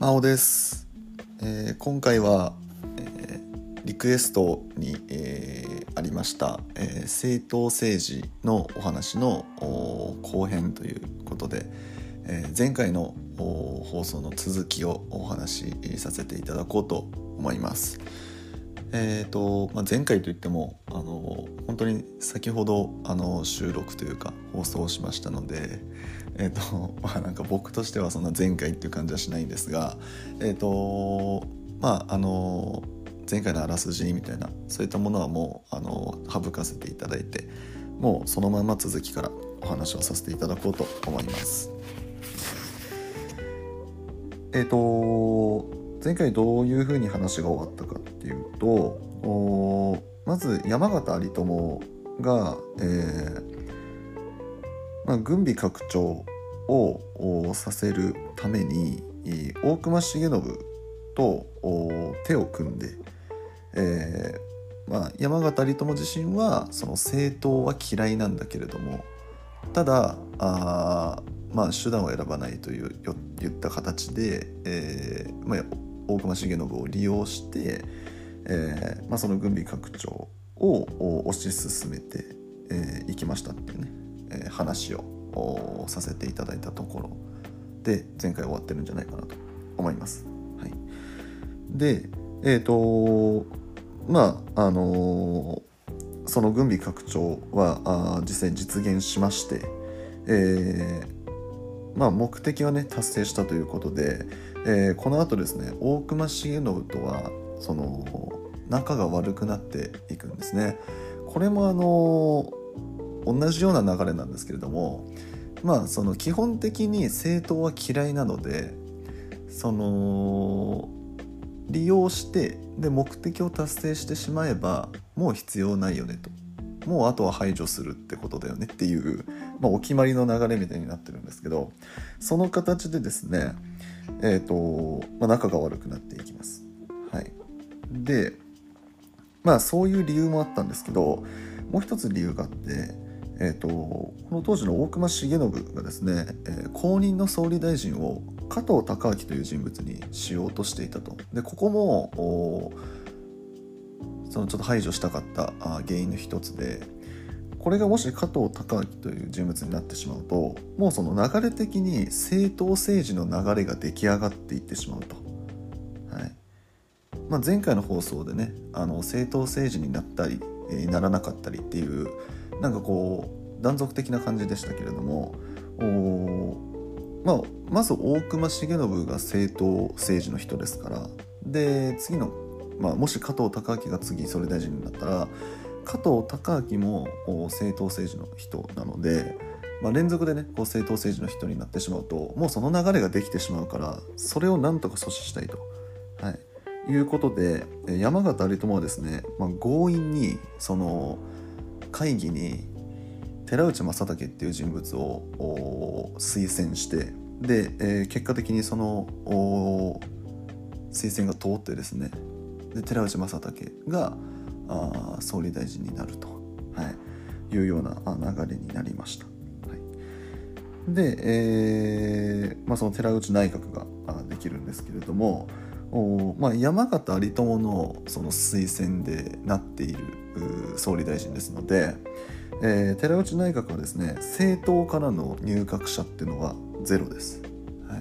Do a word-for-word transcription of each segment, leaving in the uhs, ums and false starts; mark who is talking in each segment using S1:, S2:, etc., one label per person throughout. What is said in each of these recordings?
S1: 真央です。えー今回は、えーリクエストに、えーありました、えー政党政治のお話のお後編ということで、えー前回のお放送の続きをお話しさせていただこうと思います。えーとまあ、前回といってもあの本当に先ほどあの収録というか放送しましたので、えーとまあ、なんか僕としてはそんな前回っていう感じはしないんですが、えーとまああの前回のあらすじみたいなそういったものはもうあの省かせていただいて、もうそのまま続きからお話をさせていただこうと思います。えーと前回どういうふうに話が終わったかっていうと、おまず山形有朋が、えーまあ、軍備拡張をおさせるために大隈重信とお手を組んで、えーまあ、山形有朋自身はその政党は嫌いなんだけれども、ただあ、まあ、手段を選ばないという言った形で、えーまあ、大隈重信を利用して、えーまあ、その軍備拡張を推し進めてい、えー、きましたっていうね、えー、話をさせていただいたところで前回終わってるんじゃないかなと思います。はい、で、えっとまああのー、その軍備拡張はあ実際実現しまして、えーまあ、目的はね達成したということで、えー、この後ですね大隈重信とはその仲が悪くなっていくんですね。これもあの同じような流れなんですけれども、まあその基本的に政党は嫌いなので、その利用してで目的を達成してしまえばもう必要ないよねと、もうあとは排除するってことだよねっていう、まあ、お決まりの流れみたいになってるんですけど、その形でですね、えーとまあ、仲が悪くなっていきます。はい、でまあそういう理由もあったんですけど、もう一つ理由があって、えーとこの当時の大隈重信がですね、えー後任の総理大臣を加藤高明という人物にしようとしていたと。でここもそのちょっと排除したかった原因の一つで、これがもし加藤高明という人物になってしまうと、もうその流れ的に政党政治の流れが出来上がっていってしまうと。はいまあ、前回の放送でね、あの政党政治になったり、えーならなかったりっていうなんかこう断続的な感じでしたけれども、お、まあ、まず大隈重信が政党政治の人ですから、で次の、まあ、もし加藤高明が次総理大臣になったら加藤高明も政党政治の人なので、まあ、連続でねこう政党政治の人になってしまうともうその流れができてしまうから、それをなんとか阻止したいと、はい、いうことで山形有朋はですね、まあ、強引にその会議に寺内正武っていう人物を推薦して、で、えー、結果的にその推薦が通ってですね、で寺内正武があ総理大臣になると、はい、いうような流れになりました。はい、で、えーまあ、その寺内内閣ができるんですけれども、お、まあ、山形有朋のその推薦でなっている総理大臣ですので、えー、寺内内閣はですね政党からの入閣者っていうのはゼロです。はい、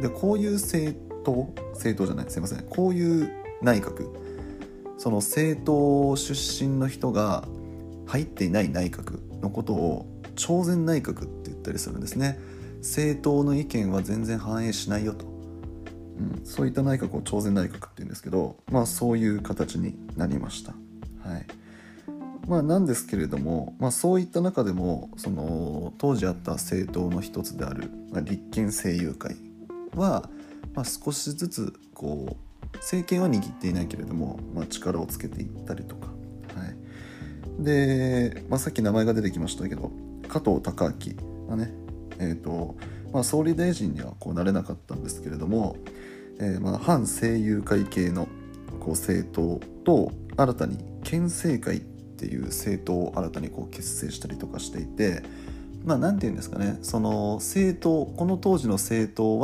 S1: でこういう政党政党じゃないすいませんこういう内閣、その政党出身の人が入っていない内閣のことを超然内閣って言ったりするんですね。政党の意見は全然反映しないよと、うん、そういった内閣を超然内閣って言うんですけど、まあそういう形になりました。はいまあ、なんですけれども、まあ、そういった中でもその当時あった政党の一つである、まあ、立憲政友会は、まあ、少しずつこう政権は握っていないけれども、まあ、力をつけていったりとか、はいでまあ、さっき名前が出てきましたけど加藤高明がね、えーとまあ、総理大臣にはこうなれなかったんですけれども、えーまあ、反政友会系のこう政党と新たに県政会っていう政党を新たにこう結成したりとかしていて、まあなんていうんですかね、その政党この当時の政党は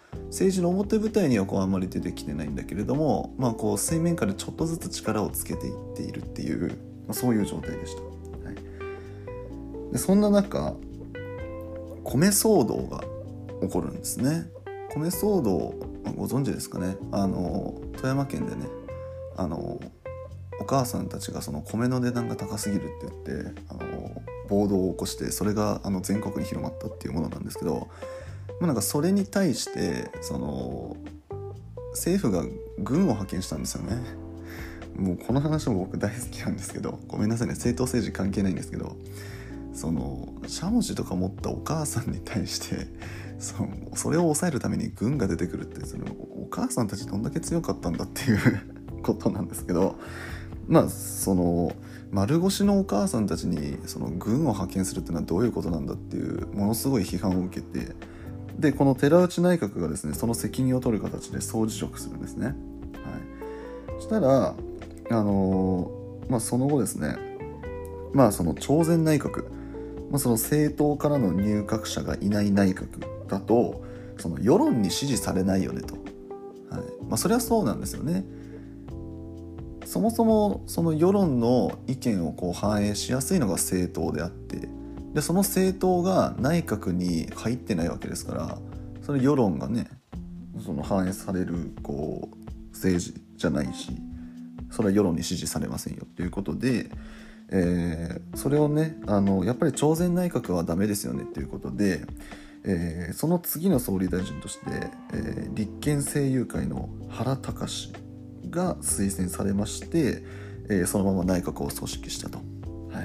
S1: 政治の表舞台にはこうあんまり出てきてないんだけれども、まあ、こう水面下でちょっとずつ力をつけていっているっていう、まあ、そういう状態でした、はい、でそんな中米騒動が起こるんですね。米騒動ご存知ですかね。あの富山県でね、あのお母さんたちがその米の値段が高すぎるって言ってあの暴動を起こして、それがあの全国に広まったっていうものなんですけど、まあ、なんかそれに対してその政府が軍を派遣したんですよね。もうこの話も僕大好きなんですけど、ごめんなさいね、政党政治関係ないんですけど、そのしゃもじとか持ったお母さんに対してそのそれを抑えるために軍が出てくるって、そのお母さんたちどんだけ強かったんだっていうことなんですけど、まあその丸腰のお母さんたちにその軍を派遣するっていうのはどういうことなんだっていうものすごい批判を受けて、でこの寺内内閣がですねその責任を取る形で総辞職するんですね、はい、そしたらあのーまあ、その後ですね、まあその朝鮮内閣、まあ、その政党からの入閣者がいない内閣だとその世論に支持されないよねと、はい、まあ、それはそうなんですよね。そもそもその世論の意見をこう反映しやすいのが政党であって、でその政党が内閣に入ってないわけですから、それ世論がねその反映されるこう政治じゃないし、それは世論に支持されませんよということで、えー、それをねあのやっぱり朝鮮内閣はダメですよねということで、えー、その次の総理大臣として、えー、立憲政友会の原敬が推薦されまして、えー、そのまま内閣を組織したと、はい、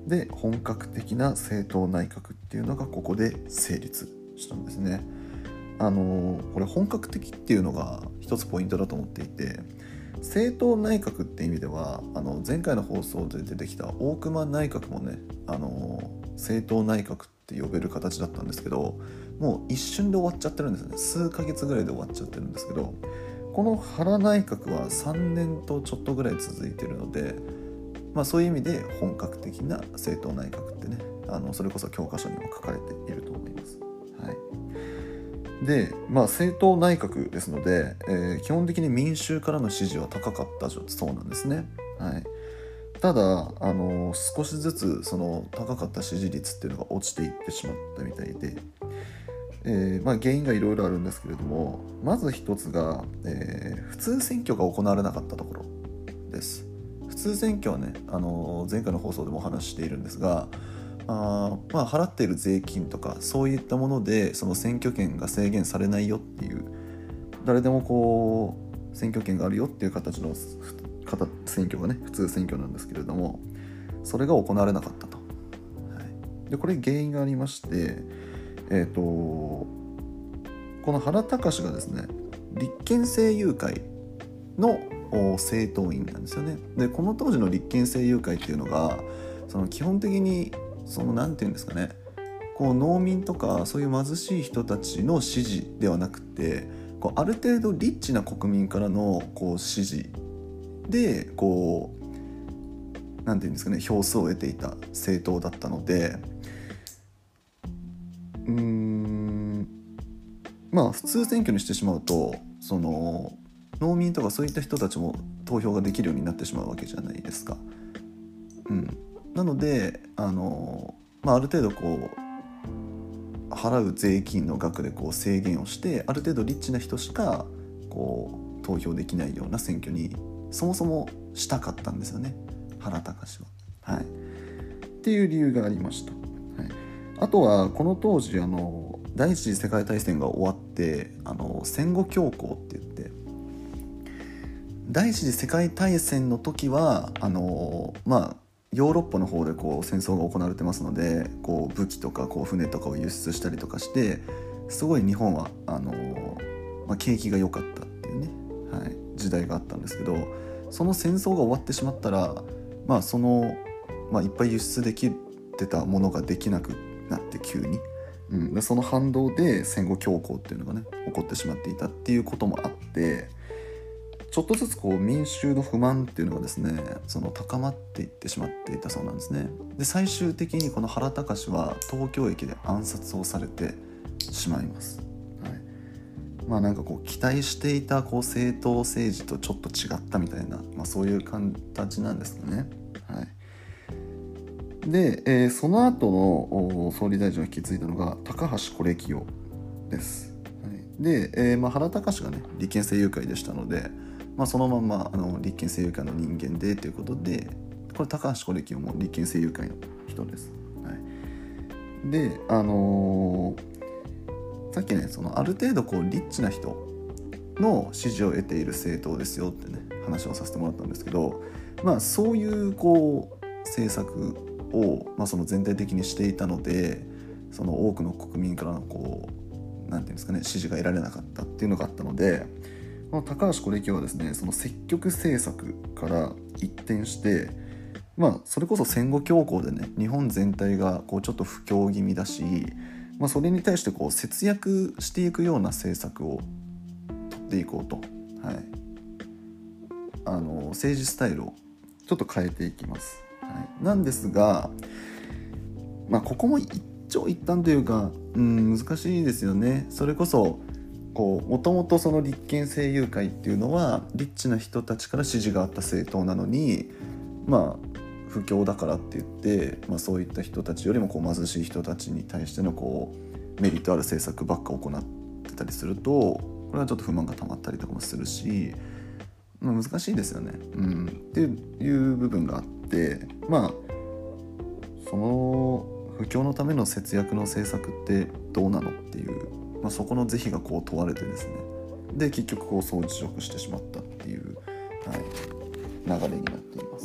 S1: で本格的な政党内閣っていうのがここで成立したんですね。あのー、これ本格的っていうのが一つポイントだと思っていて、政党内閣って意味ではあの前回の放送で出てきた大隈内閣もね、あのー、政党内閣って呼べる形だったんですけど、もう一瞬で終わっちゃってるんですよね。数ヶ月ぐらいで終わっちゃってるんですけど、この原内閣はさんねんとちょっとぐらい続いてるので、まあ、そういう意味で本格的な政党内閣ってね、あのそれこそ教科書にも書かれていると思います、はい、で、まあ、政党内閣ですので、えー、基本的に民衆からの支持は高かったそうなんですね、はい、ただあの少しずつその高かった支持率っていうのが落ちていってしまったみたいで、えーまあ、原因がいろいろあるんですけれども、まず一つが、えー、普通選挙が行われなかったところです。普通選挙はね、あのー、前回の放送でもお話ししているんですが、あ、まあ、払っている税金とかそういったものでその選挙権が制限されないよっていう、誰でもこう選挙権があるよっていう形の選挙がね普通選挙なんですけれども、それが行われなかったと、はい、でこれ原因がありまして、えーと、この原敬がですね立憲政友会の政党員なんですよね。でこの当時の立憲政友会っていうのがその基本的にそのなんていうんですかね、こう農民とかそういう貧しい人たちの支持ではなくて、こうある程度リッチな国民からのこう支持でこうなんていうんですかね、票数を得ていた政党だったので、うーんまあ普通選挙にしてしまうとその農民とかそういった人たちも投票ができるようになってしまうわけじゃないですか。うん、なのであの、まあ、ある程度こう払う税金の額でこう制限をして、ある程度リッチな人しかこう投票できないような選挙にそもそもしたかったんですよね、原敬は、はい、っていう理由がありました、はい、あとはこの当時あの第一次世界大戦が終わってあの戦後恐慌って言って、第一次世界大戦の時はあのまあヨーロッパの方でこう戦争が行われてますので、こう武器とかこう船とかを輸出したりとかしてすごい日本はあの、まあ、景気が良かったっていうね、はい、時代があったんですけど、その戦争が終わってしまったら、まあそのまあ、いっぱい輸出できてたものができなくなって急に、うん、でその反動で戦後恐慌っていうのがね起こってしまっていたっていうこともあって、ちょっとずつこう民衆の不満っていうのがですねその高まっていってしまっていたそうなんですね。で最終的にこの原敬は東京駅で暗殺をされてしまいます、はい、 まあなんかこう期待していたこう政党政治とちょっと違ったみたいな、まあ、そういう形なんですかね。はい、で、えー、その後の総理大臣を引き継いだのが高橋是清です。はい、で、えーまあ、原敬がね立憲政友会でしたので、まあ、そのまんまあの立憲政友会の人間でということで、これ高橋是清も立憲政友会の人です。はい、であのーさっきねそのある程度こうリッチな人の支持を得ている政党ですよってね話をさせてもらったんですけど、まあそういうこう政策を、まあ、その全体的にしていたので、その多くの国民からのこうなんていうんですかね支持が得られなかったっていうのがあったので、この高橋是清はですねその積極政策から一転して、まあそれこそ戦後恐慌でね日本全体がこうちょっと不況気味だし、まあ、それに対してこう節約していくような政策を取っていこうと、はい、あの政治スタイルをちょっと変えていきます。はい、なんですが、まあ、ここも一長一短というか、うん、難しいですよね。それこそもともとその立憲政友会っていうのはリッチな人たちから支持があった政党なのに、まあ不況だからって言って、まあ、そういった人たちよりもこう貧しい人たちに対してのこうメリットある政策ばっか行ってたりすると、これはちょっと不満がたまったりとかもするし、まあ、難しいですよね、うん、っていう部分があって、まあその不況のための節約の政策ってどうなのっていう、まあ、そこの是非がこう問われてですね、で結局こう総辞職してしまったっていう、はい、流れになっています。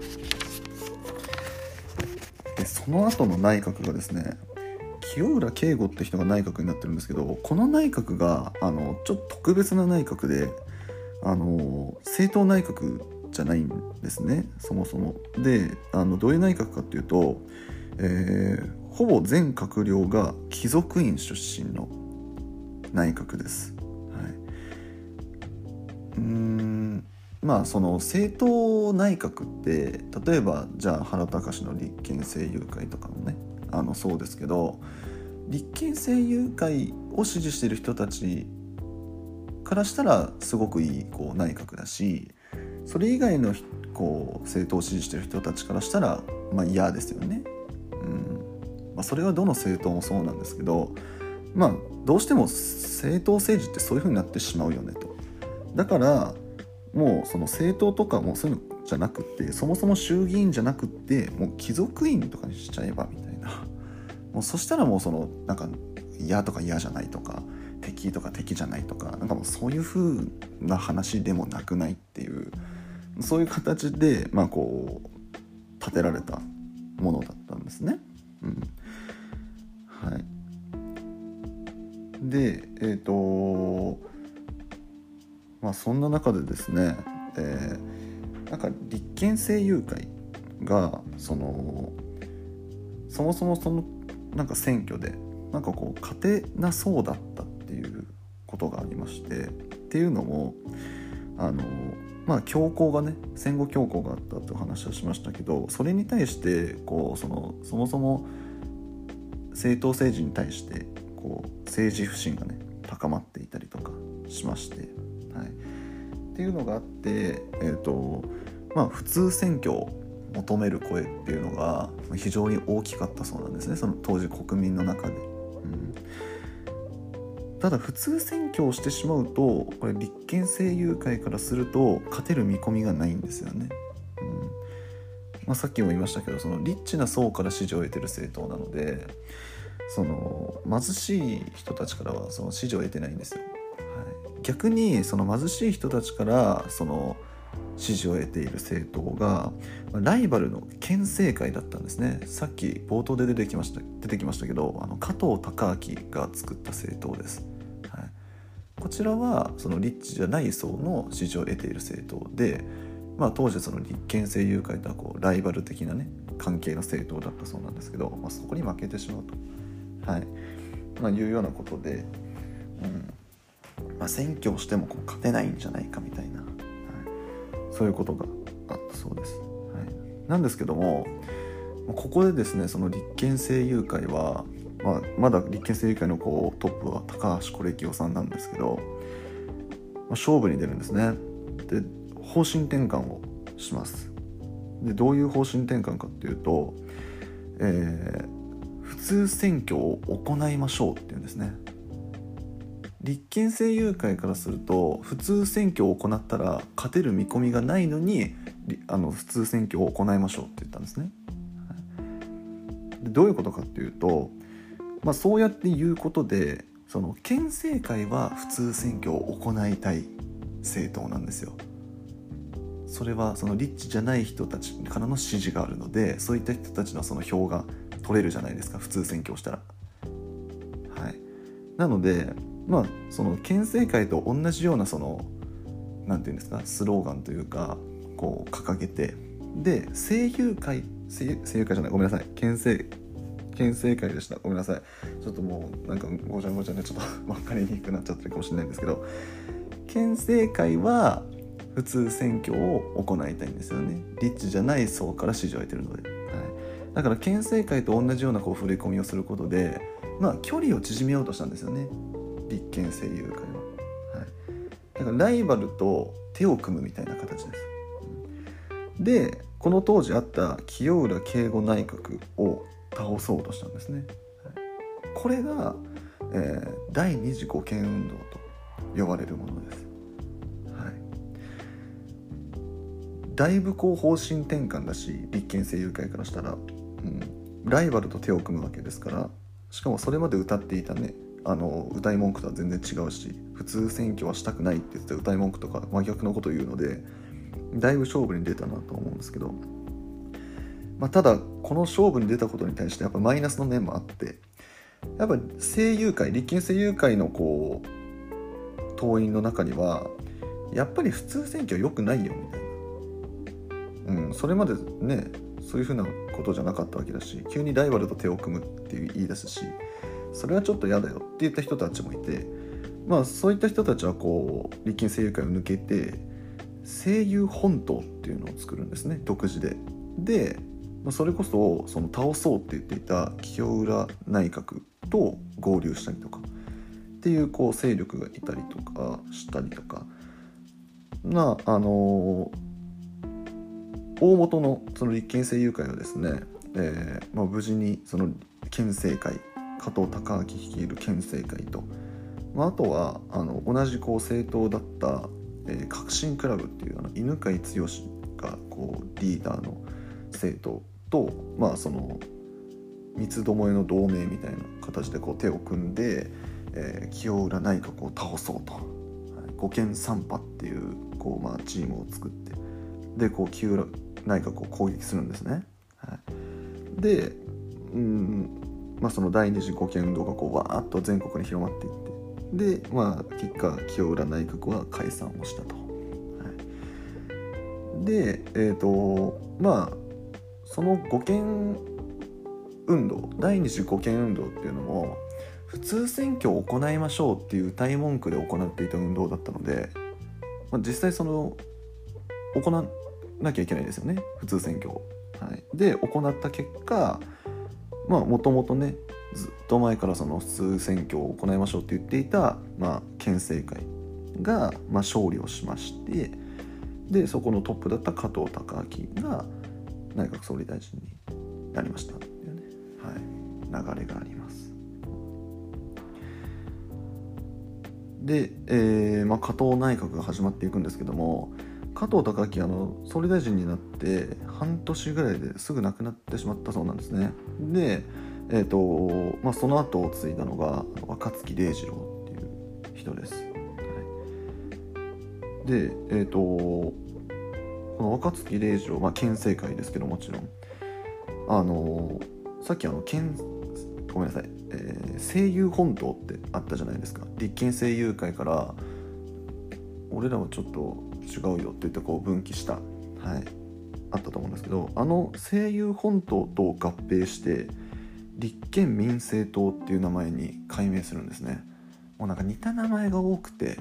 S1: でその後の内閣がですね清浦圭吾って人が内閣になってるんですけど、この内閣があのちょっと特別な内閣で、あの政党内閣じゃないんですねそもそも。であのどういう内閣かっていうと、えー、ほぼ全閣僚が貴族院出身の内閣です。はい、うーんまあその政党内閣って例えばじゃあ原敬の立憲政友会とかもねあのそうですけど、立憲政友会を支持している人たちからしたらすごくいいこう内閣だし、それ以外のこう政党を支持している人たちからしたらまあ嫌ですよね。うんまあ、それはどの政党もそうなんですけど、まあどうしても政党政治ってそういう風になってしまうよねと。だからもうその政党とかもそういうのじゃなくって、そもそも衆議院じゃなくってもう貴族院とかにしちゃえばみたいな、もうそしたらもうそのなんか嫌とか嫌じゃないとか敵とか敵じゃないとか、なんかもうそういう風な話でもなくないっていう、そういう形でまあこう立てられたものだったんですね。うんはい、でえっ、ー、とまあそんな中でですね、えー、なんか立憲政友会がそのそもそもそのなんか選挙でなんかこう勝てなそうだったっていうことがありまして、っていうのもあのまあ恐慌がね戦後恐慌があったという話をしましたけど、それに対してこうそのそもそも政党政治に対してこう政治不信がね高まっていたりとかしまして、はい、っていうのがあって、えーとまあ、普通選挙を求める声っていうのが非常に大きかったそうなんですね、その当時国民の中で。うん、ただ普通選挙をしてしまうとこれ立憲政友会からすると勝てる見込みがないんですよね。うんまあ、さっきも言いましたけどそのリッチな層から支持を得てる政党なので、その貧しい人たちからはその支持を得てないんですよ。はい、逆にその貧しい人たちからその支持を得ている政党がライバルの県政会だったんですね。さっき冒頭で出てきました出てきましたけど、あの加藤孝明が作った政党です。はい、こちらはそのリッチじゃない層の支持を得ている政党で、まあ、当時その立憲政友会とはこうライバル的なね関係の政党だったそうなんですけど、まあ、そこに負けてしまうと、はいまあ、いうようなことで、うんまあ、選挙をしてもこう勝てないんじゃないかみたいな、はい、そういうことがあったそうです。はい、なんですけどもここでですねその立憲政友会はまあ、まだ立憲政友会のこうトップは高橋是清さんなんですけど、まあ、勝負に出るんですね。で方針転換をします。でどういう方針転換かっていうと、えー、普通選挙を行いましょうっていうんですね。立憲政友会からすると普通選挙を行ったら勝てる見込みがないのにあの普通選挙を行いましょうって言ったんですね。でどういうことかっていうと、まあ、そうやって言うことでその県政会は普通選挙を行いたい政党なんですよ。それはそのリッチじゃない人たちからの支持があるので、そういった人たちのその票が取れるじゃないですか、普通選挙をしたら。はい、なのでまあその県政会と同じようなそのなんていうんですかスローガンというかこう掲げて、で政友会政友会じゃないごめんなさい県政県政会でしたごめんなさいちょっともうなんかごちゃごちゃでちょっと分かりにくくなっちゃってるかもしれないんですけど、県政会は普通選挙を行いたいんですよね。リッチじゃない層から支持を得ているので、はい、だから県政会と同じようなこう振り込みをすることで、まあ、距離を縮めようとしたんですよね、立憲政友会は、はい、だからライバルと手を組むみたいな形です。でこの当時あった清浦警護内閣を倒そうとしたんですね。これが、えー、第二次護憲運動と呼ばれるものです。はい、だいぶこう方針転換だし、立憲政友会からしたら、うん、ライバルと手を組むわけですから、しかもそれまで歌っていたねあの歌い文句とは全然違うし、普通選挙はしたくないって言ってた歌い文句とか真逆のことを言うので、だいぶ勝負に出たなと思うんですけど、まあ、ただこの勝負に出たことに対してやっぱマイナスの面もあって、やっぱ政友会立憲政友会のこう党員の中にはやっぱり普通選挙良くないよみたいな、うん、それまでねそういうふうなことじゃなかったわけだし、急にライバルと手を組むっていう言い出すし、それはちょっと嫌だよって言った人たちもいて、まあそういった人たちはこう立憲政友会を抜けて政友本党っていうのを作るんですね、独自で。でそれこそその倒そうって言っていた清浦内閣と合流したりとかっていうこう勢力がいたりとかしたりとかな、あのー、大元のその立憲政友会はですね、えーまあ、無事にその県政会加藤孝明率いる県政会と、まあ、あとはあの同じこう政党だった、えー、革新クラブっていうあの犬飼剛がこうリーダーの政党と、まあ、その三つどもえの同盟みたいな形でこう手を組んで、えー、清浦内閣を倒そうと、はい、五県三派っていう、こう、まあ、チームを作ってでこう清浦内閣を攻撃するんですね。はい、で、うんまあ、その第二次護憲運動がこうわーっと全国に広まっていって、で、まあ、結果清浦内閣は解散をしたと。はい、でえっ、ー、とまあその護憲運動第二次護憲運動っていうのも普通選挙を行いましょうっていう歌い文句で行っていた運動だったので、まあ、実際その行わなきゃいけないですよね、普通選挙を。はい、で行った結果、まあもともとねずっと前からその普通選挙を行いましょうって言っていた、まあ、県政会が、まあ、勝利をしまして、でそこのトップだった加藤孝明が内閣総理大臣になりましたっていうね、はい、流れがあります。で、えーまあ、加藤内閣が始まっていくんですけども、加藤孝明あの総理大臣になって半年ぐらいですぐ亡くなってしまったそうなんですね。で、えーとまあ、その後を継いだのが若槻礼次郎っていう人です。はい、で、えーとこの若槻礼次郎、まあ、県政会ですけどもちろんあのさっきあの県ごめんなさい、えー、政友本党ってあったじゃないですか。立憲政友会から俺らはちょっと違うよって言ってこう分岐した、はい、あったと思うんですけど、あの政友本党と合併して立憲民政党っていう名前に改名するんですね。もうなんか似た名前が多くて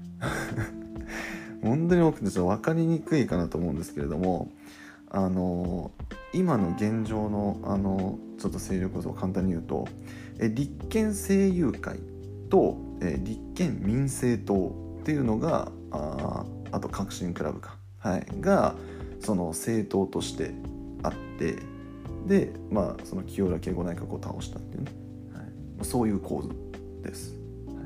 S1: 本当に多くてちょっと分かりにくいかなと思うんですけれども、あの今の現状のあのちょっと勢力図を簡単に言うと、 え立憲政友会と、え立憲民政党っていうのが あ, あと革新クラブか、はい、がその政党としてあって、で、まあ、その清原敬吾内閣を倒したっていうね、はい、そういう構図です。はい、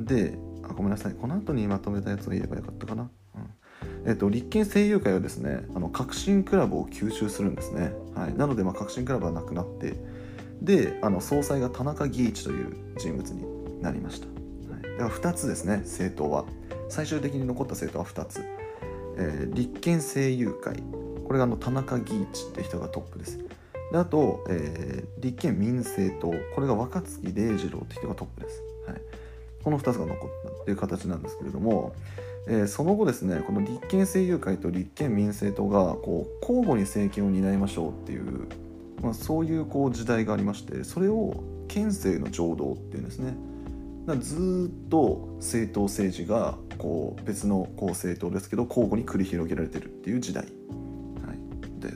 S1: であごめんなさい、この後にまとめたやつを言えばよかったかな。うんえっと、立憲政友会はですね、あの革新クラブを吸収するんですね。はい、なので、まあ、革新クラブはなくなって、であの総裁が田中義一という人物になりました。はい、だからふたつですね、政党は。最終的に残った政党はふたつ。えー、立憲政友会、これがあの田中義一って人がトップです。であと、えー、立憲民政党、これが若槻礼二郎って人がトップです。はい、このふたつが残ったっていう形なんですけれども、えー、その後ですね、この立憲政友会と立憲民政党がこう交互に政権を担いましょうっていう、まあ、そういうこう時代がありまして、それを憲政の常道っていうんですね。だからずっと政党政治がこう別のこう政党ですけど交互に繰り広げられてるっていう時代、はい、です。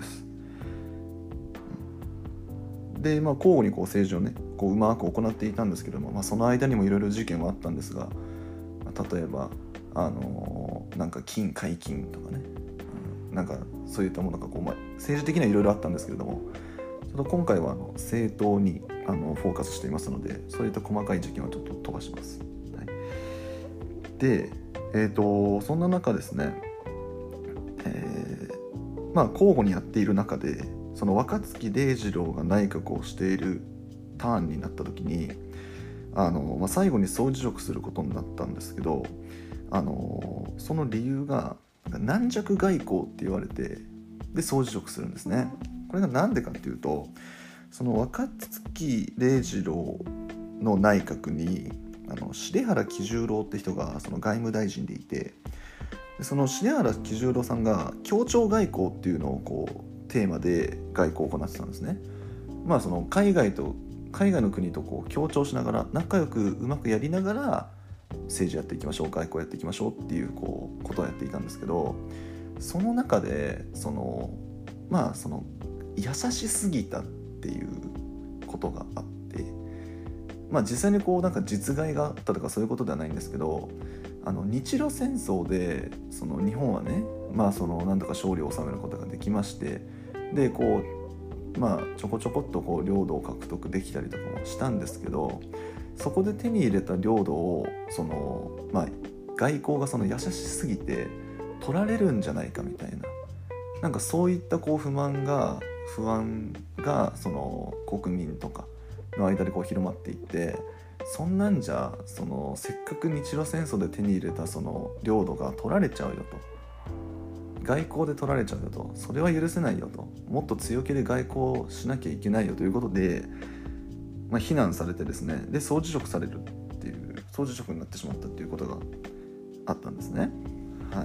S1: で、まあ、交互にこう政治をねこううまく行っていたんですけども、まあ、その間にもいろいろ事件はあったんですが、まあ、例えばあのー、なんか金解禁とかね、うん、なんかそういったものがこう、まあ、政治的にはいろいろあったんですけれども、ちょっと今回はあの政党にあのフォーカスしていますので、そういった細かい事件はちょっと飛ばします。はい、で、えーと、そんな中ですね、えー、まあ交互にやっている中で、その若槻礼二郎が内閣をしているターンになった時に、あの、まあ、最後に総辞職することになったんですけど、あのその理由が軟弱外交って言われて、で総辞職するんですね。これがなんでかっていうと、その若槻礼二郎の内閣にあの重原喜十郎って人がその外務大臣でいて、でその重原喜十郎さんが協調外交っていうのをこうテーマで外交を行ってたんですね。まあその海外と海外の国とこう協調しながら仲良くうまくやりながら政治やっていきましょう、外交やっていきましょうっていうこうことをやっていたんですけど、その中でそのまあその優しすぎたっていうことがあって、まあ実際にこうなんか実害があったとかそういうことではないんですけど、あの日露戦争でその日本はね、まあそのなんとか勝利を収めることができまして、でこうまあちょこちょこっとこう領土を獲得できたりとかもしたんですけど、そこで手に入れた領土をそのまあ外交がその優しすぎて取られるんじゃないかみたいな、なんかそういったこう不満が不安がその国民とかの間でこう広まっていって、そんなんじゃそのせっかく日露戦争で手に入れたその領土が取られちゃうよと、外交で取られちゃうよと、それは許せないよと、もっと強気で外交しなきゃいけないよということで、まあ、非難されてですね、で総辞職されるっていう総辞職になってしまったっていうことがあったんですね。はい、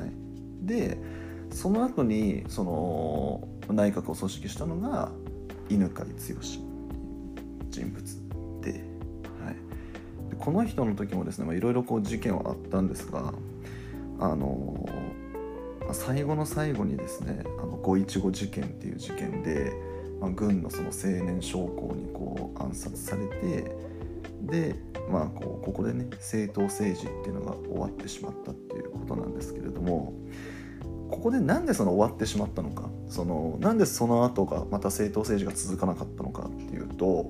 S1: でその後にその内閣を組織したのが犬養毅っていう人物で、はい、でこの人の時もですね、いろいろ事件はあったんですが、あの最後の最後にですね、あの五一五事件っていう事件で、まあ、軍のその青年将校にこう暗殺されて、で、まあ、こうここでね政党政治っていうのが終わってしまったっていうことなんですけれども、ここでなんでその終わってしまったのか、そのなんでその後がまた政党政治が続かなかったのかっていうと、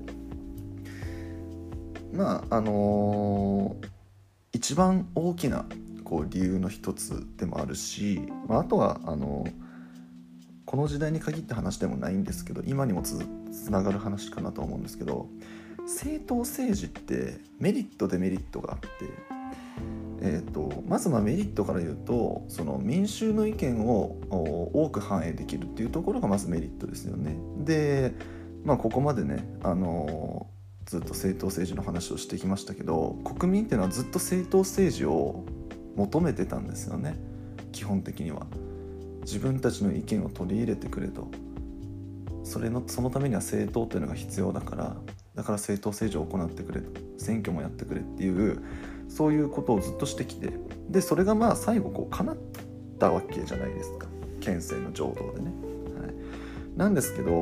S1: まああのー、一番大きなこう理由の一つでもあるし、まあ、あとはあのこの時代に限った話でもないんですけど、今にもつながる話かなと思うんですけど、政党政治ってメリットデメリットがあって、えー、とまずまあメリットから言うと、その民衆の意見を多く反映できるっていうところがまずメリットですよね。で、まあ、ここまでね、あのー、ずっと政党政治の話をしてきましたけど、国民っていうのはずっと政党政治を求めてたんですよね。基本的には自分たちの意見を取り入れてくれと、それのそのためには政党というのが必要だから、だから政党政治を行ってくれと、選挙もやってくれっていうそういうことをずっとしてきて、でそれがまあ最後こう叶ったわけじゃないですか、憲政の常道でね。はい、なんですけど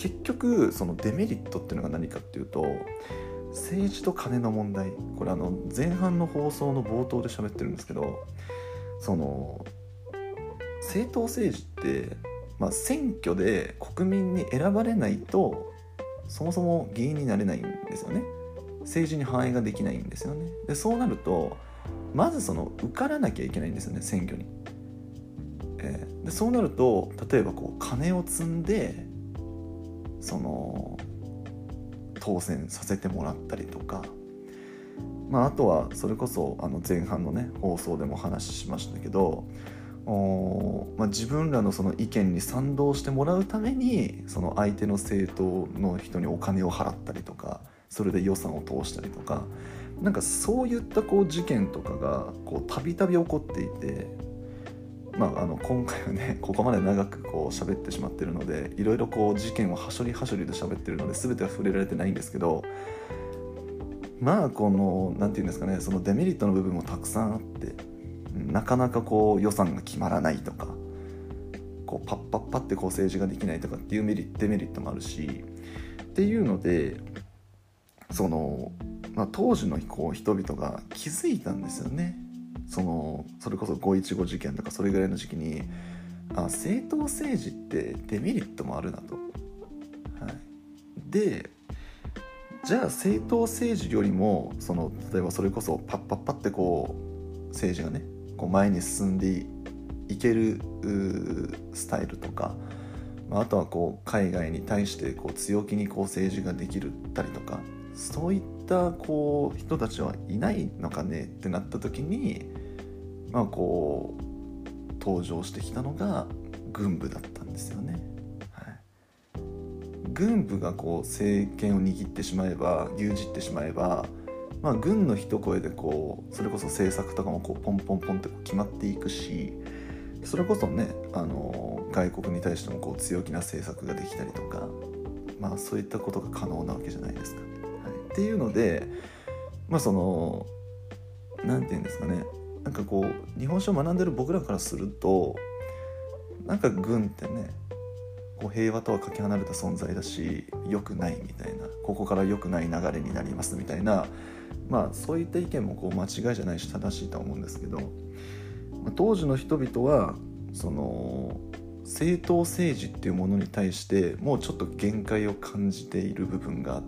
S1: 結局そのデメリットっていうのが何かっていうと、政治と金の問題。これあの前半の放送の冒頭で喋ってるんですけど、その政党政治って、まあ、選挙で国民に選ばれないとそもそも議員になれないんですよね。政治に反映ができないんですよね。でそうなるとまずその受からなきゃいけないんですよね、選挙に。えー、でそうなると例えばこう金を積んでその当選させてもらったりとか、まあ、あとはそれこそあの前半のね放送でも話しましたけど、お、まあ、自分らのその意見に賛同してもらうためにその相手の政党の人にお金を払ったりとか、それで予算を通したりとか、なんかそういったこう事件とかがこうたびたび起こっていて、まあ、あの今回はねここまで長くこう喋ってしまってるので、いろいろこう事件をはしょりはしょりで喋ってるので全ては触れられてないんですけど、まあこのなんていうんですかね、そのデメリットの部分もたくさんあって、なかなかこう予算が決まらないとか、こうパッパッパってこう政治ができないとかっていうメリットデメリットもあるしっていうので、その、まあ、当時のこう人々が気づいたんですよね。そのそれこそごいちご事件とかそれぐらいの時期に、あ、政党政治ってデメリットもあるなと、はい、でじゃあ政党政治よりもその例えばそれこそパッパッパってこう政治がねこう前に進んでいけるスタイルとか、あとはこう海外に対してこう強気にこう政治ができるったりとか、そういったこう人たちはいないのかねってなった時に、まあこう登場してきたのが軍部だったんですよね。はい、軍部がこう政権を握ってしまえば、牛耳ってしまえば、まあ、軍の一声でこうそれこそ政策とかもこうポンポンポンって決まっていくし、それこそねあの外国に対してもこう強気な政策ができたりとか、まあそういったことが可能なわけじゃないですか。はい、っていうので、まあそのなんていうんですかね、なんかこう日本史を学んでる僕らからすると、なんか軍ってねこう平和とはかけ離れた存在だし良くないみたいな、ここから良くない流れになりますみたいな、まあそういった意見もこう間違いじゃないし正しいとは思うんですけど、当時の人々はその政党政治っていうものに対してもうちょっと限界を感じている部分があって、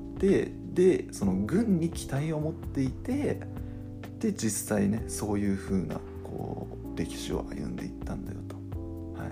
S1: でその軍に期待を持っていて、で実際ねそういう風なこう歴史を歩んでいったんだよと、はい、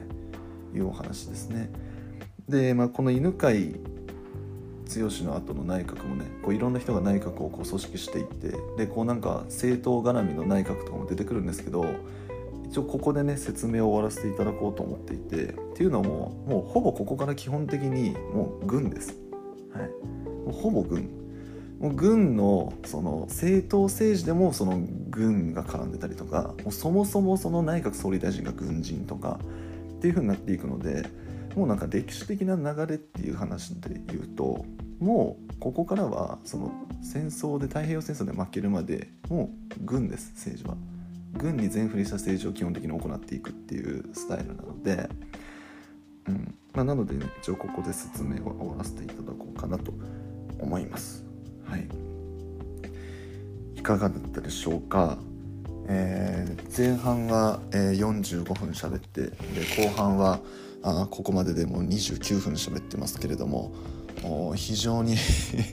S1: いうお話ですね。で、まあ、この犬飼剛の後の内閣もねこういろんな人が内閣をこう組織していって、でこうなんか政党絡みの内閣とかも出てくるんですけど、一応ここでね説明を終わらせていただこうと思っていて、っていうのももうほぼここから基本的にもう軍です、はい、もうほぼ軍もう軍のその政党政治でもその軍が絡んでたりとか、もうそもそもその内閣総理大臣が軍人とかっていう風になっていくので、もうなんか歴史的な流れっていう話で言うと、もうここからはその戦争で太平洋戦争で負けるまでもう軍です。政治は軍に全振りした政治を基本的に行っていくっていうスタイルなので、うんまあ、なので、ね、一応ここで説明を終わらせていただこうかなと思います。はい、いかがだったでしょうか。えー、前半は、えー、よんじゅうごふん喋って、で後半はあここまででもうにじゅうきゅうふん喋ってますけれども、非常に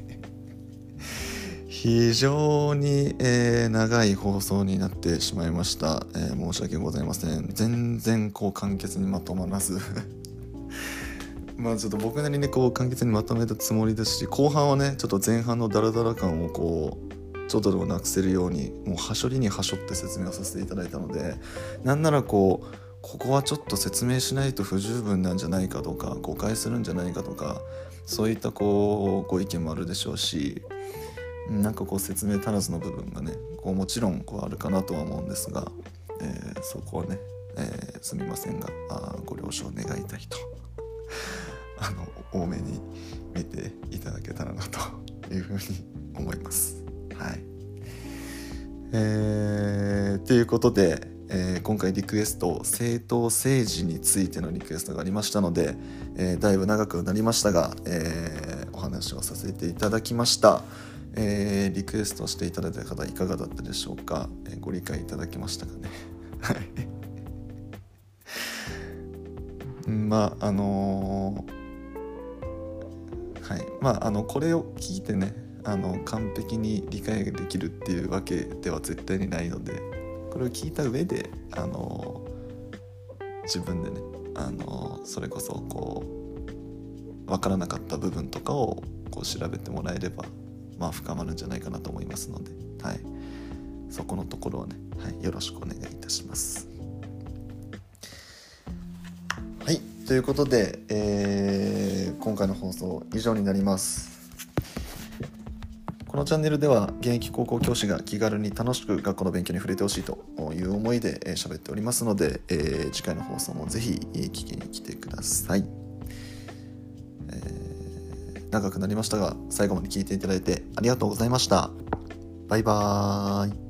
S1: 非常に、えー、長い放送になってしまいました、えー、申し訳ございません。全然こう簡潔にまとまらずまあちょっと僕なりにこう簡潔にまとめたつもりですし、後半はねちょっと前半のダラダラ感をこうちょっとでもなくせるようにもうはしょりにはしょって説明をさせていただいたので、なんならこうここはちょっと説明しないと不十分なんじゃないかとか誤解するんじゃないかとか、そういったこうご意見もあるでしょうし、なんかこう説明足らずの部分がねこうもちろんこうあるかなとは思うんですが、えー、そこはね、えー、すみませんがあご了承願いたいとあの多めに見ていただけたらなというふうに思います。はい、えー、ということでえー、今回リクエスト政党政治についてのリクエストがありましたので、えー、だいぶ長くなりましたが、えー、お話をさせていただきました。えー、リクエストしていただいた方いかがだったでしょうか。えー、ご理解いただけましたかね。まああのー、はいまああのこれを聞いてねあの完璧に理解できるっていうわけでは絶対にないので、これを聞いた上であの自分でねあのそれこそこう分からなかった部分とかをこう調べてもらえれば、まあ、深まるんじゃないかなと思いますので、はい、そこのところはね、はい、よろしくお願いいたします。はい、ということで、えー、今回の放送以上になります。このチャンネルでは現役高校教師が気軽に楽しく学校の勉強に触れてほしいという思いで喋っておりますので、えー、次回の放送もぜひ聞きに来てください。えー、長くなりましたが最後まで聞いていただいてありがとうございました。バイバーイ。